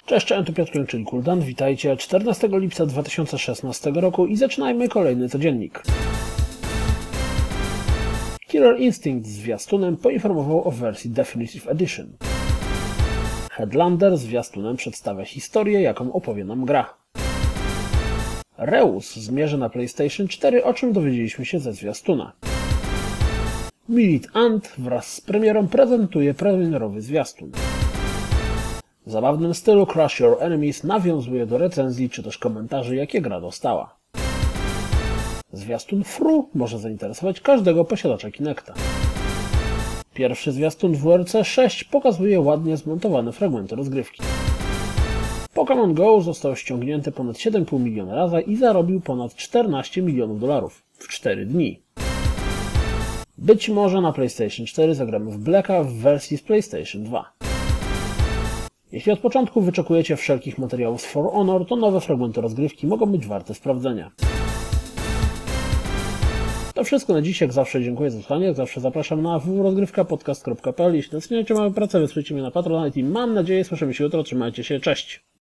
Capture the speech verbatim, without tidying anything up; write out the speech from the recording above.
Cześć, cześć, tu Piotr, czyli Kuldan. Witajcie czternastego lipca dwa tysiące szesnastego roku i zaczynajmy kolejny codziennik. Killer Instinct z zwiastunem poinformował o wersji Definitive Edition. Headlander z zwiastunem przedstawia historię, jaką opowie nam gra. Reus zmierzy na PlayStation cztery, o czym dowiedzieliśmy się ze zwiastuna. Millet Ant wraz z premierą prezentuje premierowy zwiastun. W zabawnym stylu Crush Your Enemies nawiązuje do recenzji czy też komentarzy, jakie gra dostała. Zwiastun Fru może zainteresować każdego posiadacza Kinecta. Pierwszy zwiastun W R C sześć pokazuje ładnie zmontowane fragmenty rozgrywki. Pokémon Go został ściągnięty ponad siedem i pół miliona razy i zarobił ponad czternaście milionów dolarów w cztery dni. Być może na PlayStation cztery zagramy w Blacka w wersji z PlayStation dwa. Jeśli od początku wyczekujecie wszelkich materiałów z For Honor, to nowe fragmenty rozgrywki mogą być warte sprawdzenia. To wszystko na dziś, jak zawsze dziękuję za słuchanie, jak zawsze zapraszam na w w w kropka rozgrywka podcast kropka p l. Jeśli doceniacie małe pracę, wesprzyjcie mnie na Patronite i mam nadzieję słyszymy się jutro, trzymajcie się, cześć!